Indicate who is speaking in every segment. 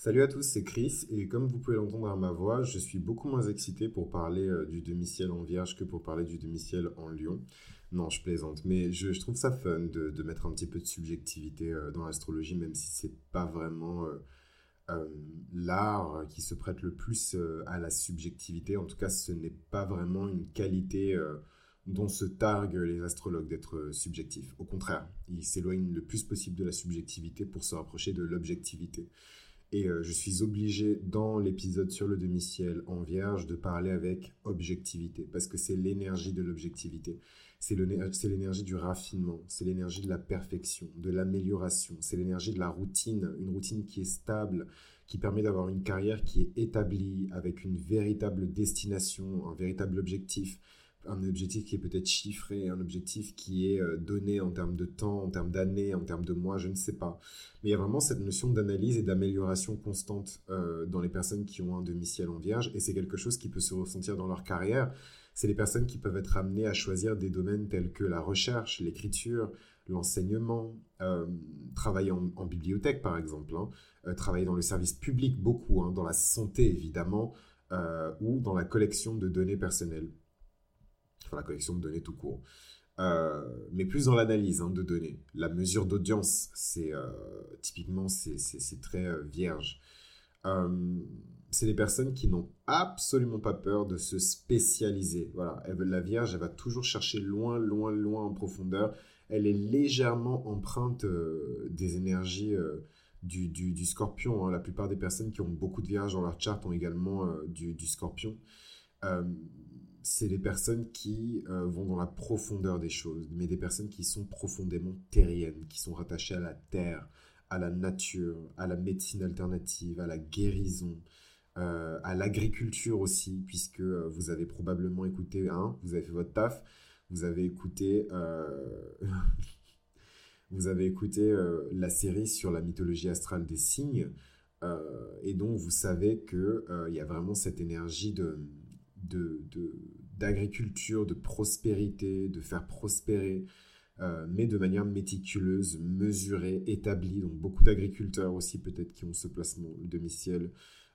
Speaker 1: Salut à tous, c'est Chris et comme vous pouvez l'entendre à ma voix, je suis beaucoup moins excité pour parler du demi-ciel en Vierge que pour parler du demi-ciel en Lion. Non, je plaisante, mais je trouve ça fun de mettre un petit peu de subjectivité dans l'astrologie, même si c'est pas vraiment euh, l'art qui se prête le plus à la subjectivité. En tout cas, ce n'est pas vraiment une qualité dont se targuent les astrologues d'être subjectifs. Au contraire, ils s'éloignent le plus possible de la subjectivité pour se rapprocher de l'objectivité. Et je suis obligé, dans l'épisode sur le demi-ciel en Vierge, de parler avec objectivité, parce que c'est l'énergie de l'objectivité. C'est l'énergie du raffinement, c'est l'énergie de la perfection, de l'amélioration, c'est l'énergie de la routine, une routine qui est stable, qui permet d'avoir une carrière qui est établie, avec une véritable destination, un véritable objectif. Un objectif qui est peut-être chiffré, un objectif qui est donné en termes de temps, en termes d'années, en termes de mois, je ne sais pas. Mais il y a vraiment cette notion d'analyse et d'amélioration constante dans les personnes qui ont un demi-ciel en Vierge, et c'est quelque chose qui peut se ressentir dans leur carrière. C'est les personnes qui peuvent être amenées à choisir des domaines tels que la recherche, l'écriture, l'enseignement, travailler en bibliothèque par exemple, hein, travailler dans le service public beaucoup, hein, dans la santé évidemment, ou dans la collection de données personnelles. Enfin, la collection de données tout court. Mais plus dans l'analyse de données. La mesure d'audience, typiquement, c'est très vierge. Euh, c'est des personnes qui n'ont absolument pas peur de se spécialiser. Voilà, la Vierge, elle va toujours chercher loin, loin, loin en profondeur. Elle est légèrement empreinte des énergies du Scorpion, hein. La plupart des personnes qui ont beaucoup de Vierge dans leur charte ont également du Scorpion. Euh, c'est des personnes qui vont dans la profondeur des choses, mais des personnes qui sont profondément terriennes, qui sont rattachées à la terre, à la nature, à la médecine alternative, à la guérison, à l'agriculture aussi, puisque vous avez probablement écouté, hein, vous avez fait votre taf, vous avez écouté, vous avez écouté la série sur la mythologie astrale des signes, et donc vous savez qu'il y a vraiment cette énergie de, de- d'agriculture, de prospérité, de faire prospérer, mais de manière méticuleuse, mesurée, établie. Donc beaucoup d'agriculteurs aussi peut-être qui ont ce placement demi-ciel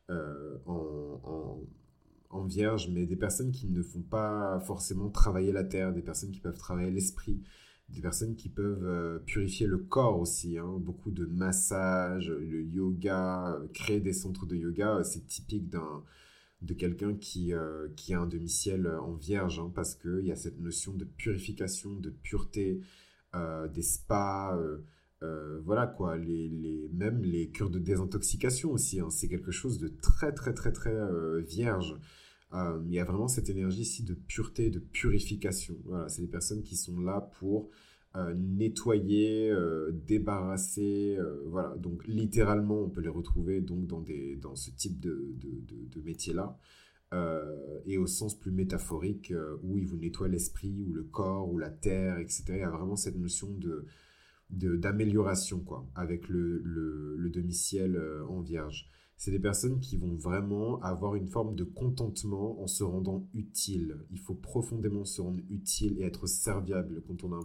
Speaker 1: en vierge, mais des personnes qui ne font pas forcément travailler la terre, des personnes qui peuvent travailler l'esprit, des personnes qui peuvent purifier le corps aussi, hein. Beaucoup de massages, le yoga, créer des centres de yoga, c'est typique de quelqu'un qui a un demi-ciel en vierge, hein, parce qu'il y a cette notion de purification, de pureté, des spas, voilà quoi, même les cures de désintoxication aussi, hein, c'est quelque chose de très très très très vierge. Il y a vraiment cette énergie ici de pureté, de purification. Voilà, c'est des personnes qui sont là pour nettoyer, débarrasser. Voilà, donc littéralement, on peut les retrouver donc dans ce type de métier-là. Et au sens plus métaphorique, où ils vous nettoient l'esprit, ou le corps, ou la terre, etc. Il y a vraiment cette notion d'amélioration, quoi, avec le demi-ciel en vierge. C'est des personnes qui vont vraiment avoir une forme de contentement en se rendant utile. Il faut profondément se rendre utile et être serviable quand on a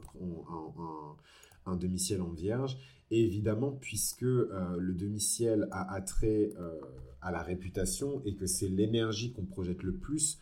Speaker 1: un demi-ciel en vierge. Et évidemment, puisque le demi-ciel a attrait à la réputation et que c'est l'énergie qu'on projette le plus,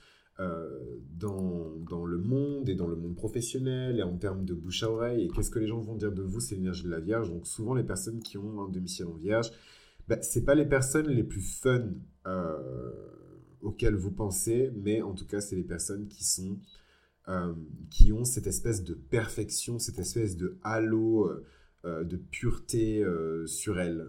Speaker 1: dans le monde et dans le monde professionnel et en termes de bouche à oreille et qu'est-ce que les gens vont dire de vous, c'est l'énergie de la Vierge. Donc souvent les personnes qui ont un demi-ciel en Vierge, bah, c'est pas les personnes les plus fun auxquelles vous pensez, mais en tout cas c'est les personnes euh, qui ont cette espèce de perfection, cette espèce de halo de pureté sur elles,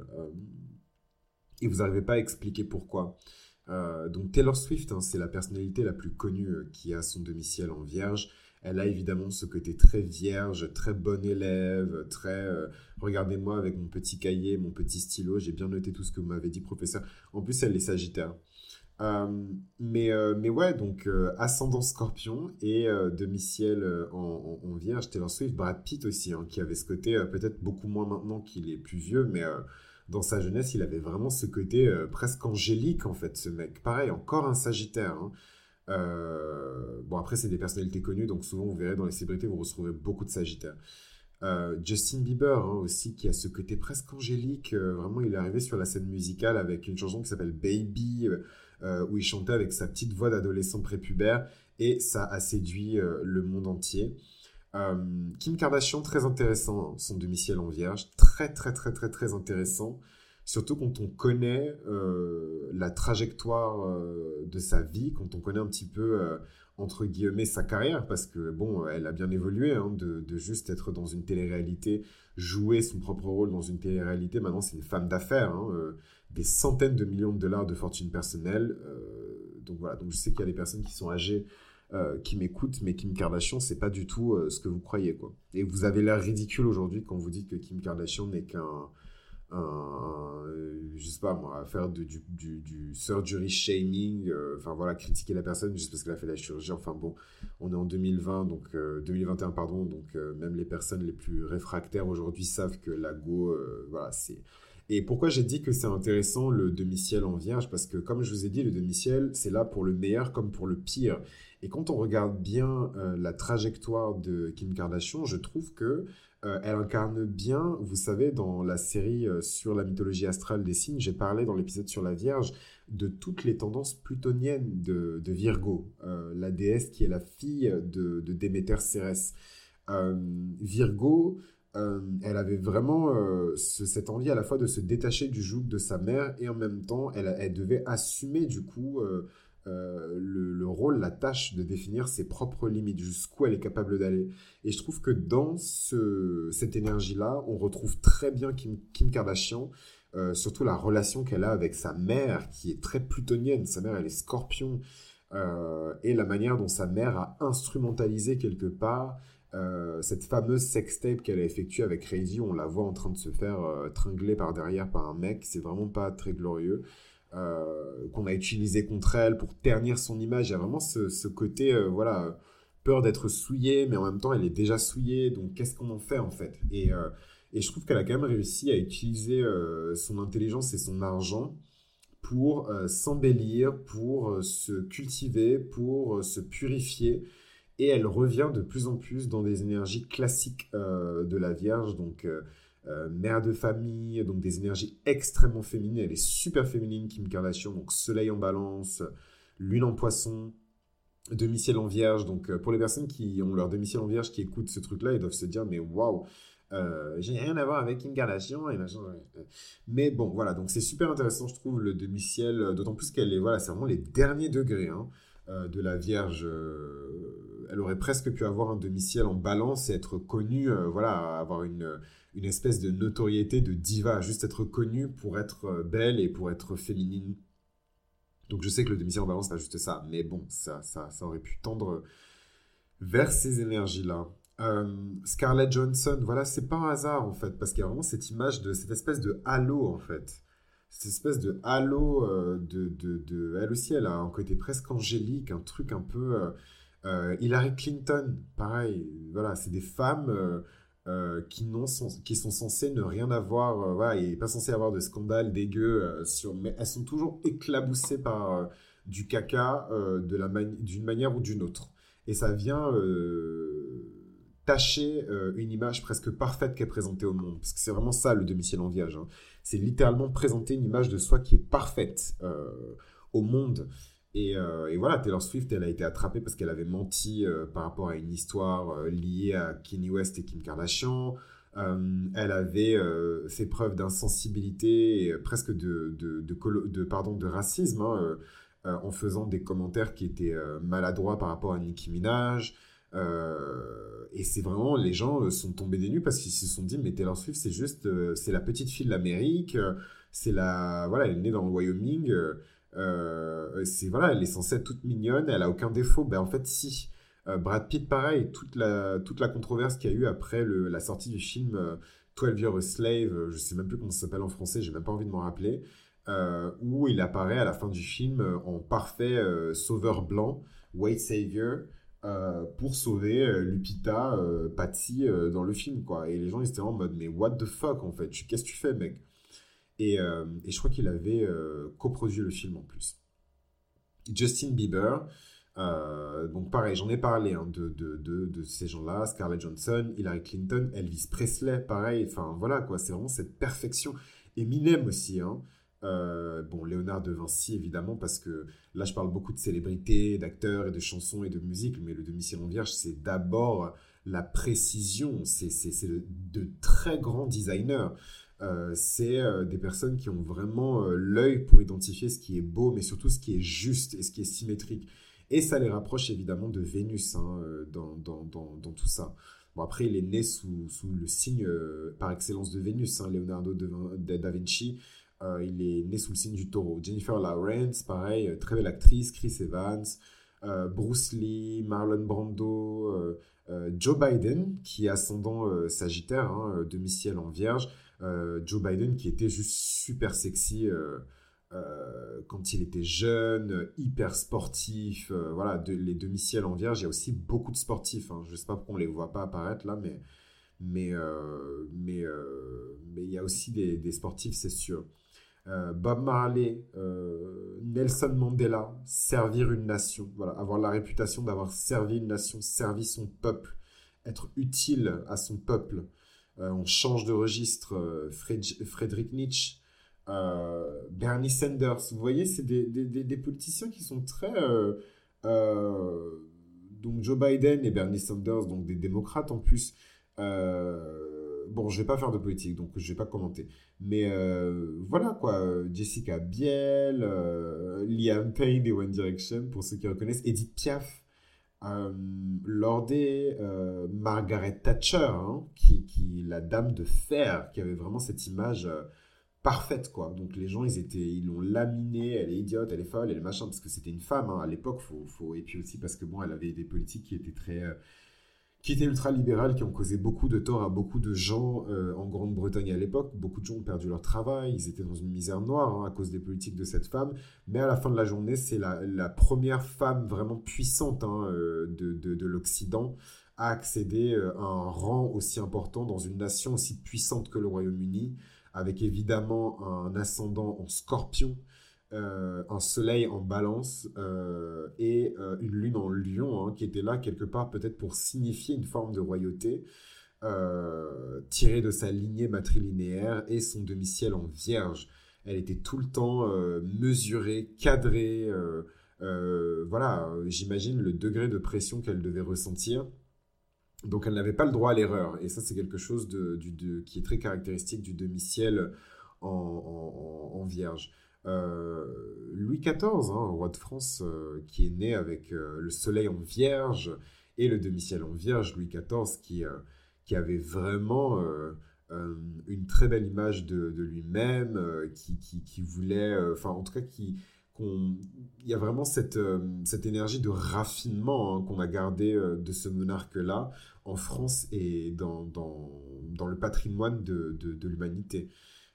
Speaker 1: et vous n'arrivez pas à expliquer pourquoi. Donc Taylor Swift, hein, c'est la personnalité la plus connue qui a son domicile en vierge. Elle a évidemment ce côté très vierge, très bon élève, très regardez-moi avec mon petit cahier, mon petit stylo, j'ai bien noté tout ce que vous m'avez dit, professeur. En plus, elle est sagittaire. Mais ouais, donc ascendant scorpion et demi-ciel en vierge, Taylor Swift, Brad Pitt aussi, hein, qui avait ce côté, peut-être beaucoup moins maintenant qu'il est plus vieux, mais dans sa jeunesse, il avait vraiment ce côté presque angélique en fait, ce mec. Pareil, encore un sagittaire, hein. Bon, après, c'est des personnalités connues, donc souvent vous verrez dans les célébrités, vous retrouverez beaucoup de sagittaires. Justin Bieber hein, aussi, qui a ce côté presque angélique. Vraiment, il est arrivé sur la scène musicale avec une chanson qui s'appelle Baby, où il chantait avec sa petite voix d'adolescent prépubère, et ça a séduit le monde entier. Kim Kardashian, très intéressant, hein, son demi-ciel en vierge, très très très très très intéressant, surtout quand on connaît la trajectoire de sa vie, quand on connaît un petit peu, entre guillemets, sa carrière, parce que bon, elle a bien évolué, hein, de juste être dans une télé-réalité, jouer son propre rôle dans une télé-réalité, maintenant c'est une femme d'affaires, hein, des centaines de millions de dollars de fortune personnelle, donc voilà, donc je sais qu'il y a des personnes qui sont âgées qui m'écoutent, mais Kim Kardashian, c'est pas du tout ce que vous croyez, quoi. Et vous avez l'air ridicule aujourd'hui quand vous dites que Kim Kardashian n'est je sais pas moi, faire du surgery shaming, enfin voilà, critiquer la personne juste parce qu'elle a fait la chirurgie, enfin bon, on est en 2020, donc 2021, pardon, donc même les personnes les plus réfractaires aujourd'hui savent que la go, voilà, c'est... Et pourquoi j'ai dit que c'est intéressant le demi-ciel en vierge? Parce que comme je vous ai dit, le demi-ciel, c'est là pour le meilleur comme pour le pire. Et quand on regarde bien la trajectoire de Kim Kardashian, je trouve que elle incarne bien, vous savez, dans la série sur la mythologie astrale des signes, j'ai parlé dans l'épisode sur la Vierge de toutes les tendances plutoniennes de Virgo, la déesse qui est la fille de Déméter Cérès. Virgo, elle avait vraiment cette envie à la fois de se détacher du joug de sa mère et en même temps, elle devait assumer du coup le rôle, la tâche de définir ses propres limites, jusqu'où elle est capable d'aller. Et je trouve que dans cette énergie-là, on retrouve très bien Kim Kardashian, surtout la relation qu'elle a avec sa mère, qui est très plutonienne. Sa mère, elle est scorpion. Et la manière dont sa mère a instrumentalisé quelque part cette fameuse sextape qu'elle a effectuée avec Crazy, on la voit en train de se faire tringler par derrière par un mec, c'est vraiment pas très glorieux. Qu'on a utilisé contre elle pour ternir son image. Il y a vraiment ce côté, voilà, peur d'être souillée, mais en même temps, elle est déjà souillée, donc qu'est-ce qu'on en fait en fait et je trouve qu'elle a quand même réussi à utiliser son intelligence et son argent pour s'embellir, pour se cultiver, pour se purifier. Et elle revient de plus en plus dans des énergies classiques de la Vierge, donc mère de famille, donc des énergies extrêmement féminines. Elle est super féminine, Kim Kardashian, donc soleil en balance, lune en poisson, demi-ciel en vierge. Donc pour les personnes qui ont leur demi-ciel en vierge, qui écoutent ce truc-là, ils doivent se dire, mais waouh, j'ai rien à voir avec Kim Kardashian et machin. Mais bon, voilà, donc c'est super intéressant, je trouve, le demi-ciel, d'autant plus qu'elle est, voilà, c'est vraiment les derniers degrés, hein, de la Vierge. Elle aurait presque pu avoir un demi-ciel en balance et être connue, voilà, avoir une espèce de notoriété de diva, juste être connue pour être belle et pour être féminine. Donc je sais que le demi-ciel en balance, c'est pas juste ça, mais bon, ça aurait pu tendre vers ces énergies-là. Scarlett Johansson, voilà, c'est pas un hasard en fait, parce qu'il y a vraiment cette image de cette espèce de halo en fait. Cette espèce de halo elle aussi, elle a un côté presque angélique, un truc un peu. Hillary Clinton, pareil, voilà, c'est des femmes qui sont censées ne rien avoir, voilà, et pas censées avoir de scandale dégueu, mais elles sont toujours éclaboussées par du caca d'une manière ou d'une autre. Et ça vient tâcher une image presque parfaite qu'elle est présentée au monde. Parce que c'est vraiment ça le demi-ciel en vierge, hein. C'est littéralement présenter une image de soi qui est parfaite au monde. Et voilà, Taylor Swift, elle a été attrapée parce qu'elle avait menti par rapport à une histoire liée à Kanye West et Kim Kardashian. Elle avait fait preuve d'insensibilité et presque de racisme, hein, en faisant des commentaires qui étaient maladroits par rapport à Nicki Minaj. Et c'est vraiment, les gens sont tombés des nues parce qu'ils se sont dit, mais Taylor Swift, c'est juste, c'est la petite fille de l'Amérique, voilà, elle est née dans le Wyoming. Voilà, elle est censée être toute mignonne, elle a aucun défaut. Ben en fait, si. Brad Pitt, pareil, toute la controverse qu'il y a eu après la sortie du film 12 Years a Slave, je sais même plus comment ça s'appelle en français, j'ai même pas envie de m'en rappeler, où il apparaît à la fin du film en parfait sauveur blanc, white savior, pour sauver Lupita, Patsy dans le film, quoi. Et les gens ils étaient en mode, mais what the fuck en fait, qu'est-ce que tu fais, mec? Et je crois qu'il avait coproduit le film en plus. Justin Bieber, Donc pareil, j'en ai parlé hein, de ces gens-là, Scarlett Johansson, Hillary Clinton, Elvis Presley, pareil, enfin voilà quoi, c'est vraiment cette perfection. Eminem aussi, hein. Bon, Léonard de Vinci évidemment, parce que là je parle beaucoup de célébrités, d'acteurs et de chansons et de musique, mais le demi-ciel en vierge c'est d'abord la précision, c'est de très grands designers. C'est des personnes qui ont vraiment l'œil pour identifier ce qui est beau, mais surtout ce qui est juste et ce qui est symétrique. Et ça les rapproche évidemment de Vénus hein, dans tout ça. Bon, après, il est né sous le signe par excellence de Vénus, hein, Leonardo da Vinci. Il est né sous le signe du taureau. Jennifer Lawrence, pareil, très belle actrice. Chris Evans, Bruce Lee, Marlon Brando, Joe Biden, qui est ascendant Sagittaire, hein, demi-ciel en vierge. Joe Biden qui était juste super sexy quand il était jeune, hyper sportif, voilà, les demi-ciels en vierge, il y a aussi beaucoup de sportifs, hein. Je ne sais pas pourquoi on ne les voit pas apparaître là, mais il y a aussi des sportifs, c'est sûr. Bob Marley, Nelson Mandela, servir une nation, voilà, avoir la réputation d'avoir servi une nation, servi son peuple, être utile à son peuple. On change de registre, Friedrich Nietzsche, Bernie Sanders. Vous voyez, c'est des politiciens qui sont très... donc Joe Biden et Bernie Sanders, donc des démocrates en plus. Bon, je vais pas faire de politique, donc je vais pas commenter. Mais voilà quoi, Jessica Biel, Liam Payne des One Direction, pour ceux qui reconnaissent, Edith Piaf. Lordé, Margaret Thatcher, hein, la dame de fer, qui avait vraiment cette image parfaite, quoi. Donc les gens, ils l'ont laminée, elle est idiote, elle est folle, elle est machin, parce que c'était une femme, hein, à l'époque, et puis aussi parce que bon, elle avait des politiques qui étaient ultra-libérales, qui ont causé beaucoup de tort à beaucoup de gens en Grande-Bretagne à l'époque. Beaucoup de gens ont perdu leur travail, ils étaient dans une misère noire hein, à cause des politiques de cette femme. Mais à la fin de la journée, c'est la première femme vraiment puissante hein, de l'Occident à accéder à un rang aussi important dans une nation aussi puissante que le Royaume-Uni, avec évidemment un ascendant en Scorpion, un soleil en balance et une lune en lion, hein, qui était là quelque part peut-être pour signifier une forme de royauté, tirée de sa lignée matrilinéaire et son demi-ciel en vierge. Elle était tout le temps mesurée, cadrée, voilà, j'imagine le degré de pression qu'elle devait ressentir. Donc elle n'avait pas le droit à l'erreur, et ça c'est quelque chose qui est très caractéristique du demi-ciel en vierge. Louis XIV, hein, roi de France, qui est né avec le soleil en vierge et le demi-ciel en vierge. Louis XIV qui avait vraiment une très belle image de lui-même, qui voulait, enfin en tout cas il y a vraiment cette énergie de raffinement hein, qu'on a gardé de ce monarque-là en France et dans le patrimoine de l'humanité.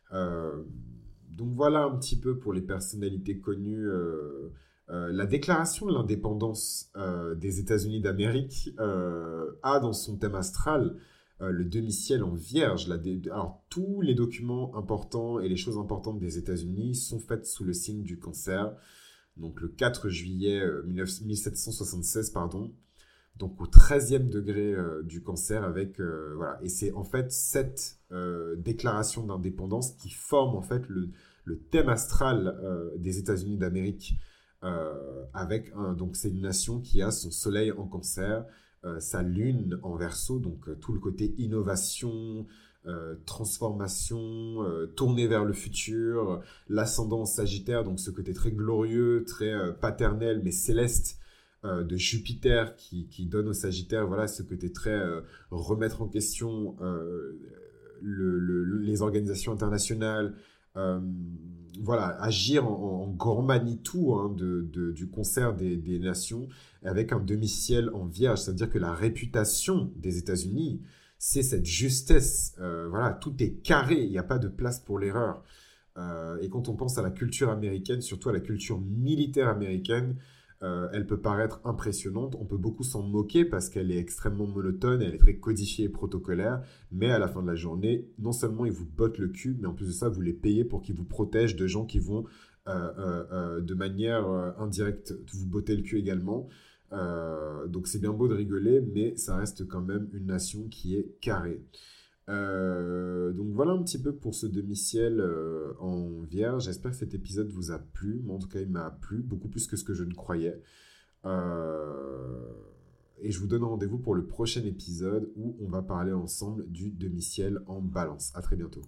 Speaker 1: Donc voilà un petit peu pour les personnalités connues. La déclaration de l'indépendance des États-Unis d'Amérique a dans son thème astral le demi-ciel en vierge. Alors tous les documents importants et les choses importantes des États-Unis sont faites sous le signe du cancer. Donc le 4 juillet 1776, pardon. Donc au 13e degré du cancer avec voilà. Et c'est en fait cette déclaration d'indépendance qui forme en fait le thème astral des États-Unis d'Amérique donc c'est une nation qui a son soleil en cancer, sa lune en verso, donc tout le côté innovation, transformation, tourner vers le futur, l'ascendant sagittaire, donc ce côté très glorieux, très paternel mais céleste de Jupiter qui donne au Sagittaire, voilà, ce côté très remettre en question les organisations internationales, voilà, agir en grand Manitou hein, du concert des nations avec un demi-ciel en vierge. C'est-à-dire que la réputation des États-Unis, c'est cette justesse. Voilà, tout est carré, il n'y a pas de place pour l'erreur. Et quand on pense à la culture américaine, surtout à la culture militaire américaine, elle peut paraître impressionnante, on peut beaucoup s'en moquer parce qu'elle est extrêmement monotone, elle est très codifiée et protocolaire, mais à la fin de la journée, non seulement ils vous bottent le cul, mais en plus de ça, vous les payez pour qu'ils vous protègent de gens qui vont de manière indirecte vous botter le cul également. Donc c'est bien beau de rigoler, mais ça reste quand même une nation qui est carrée. Donc voilà un petit peu pour ce demi-ciel en vierge. J'espère que cet épisode vous a plu. Moi, en tout cas, il m'a plu, beaucoup plus que ce que je ne croyais. Euh, Et je vous donne rendez-vous pour le prochain épisode où on va parler ensemble du demi-ciel en balance. À très bientôt.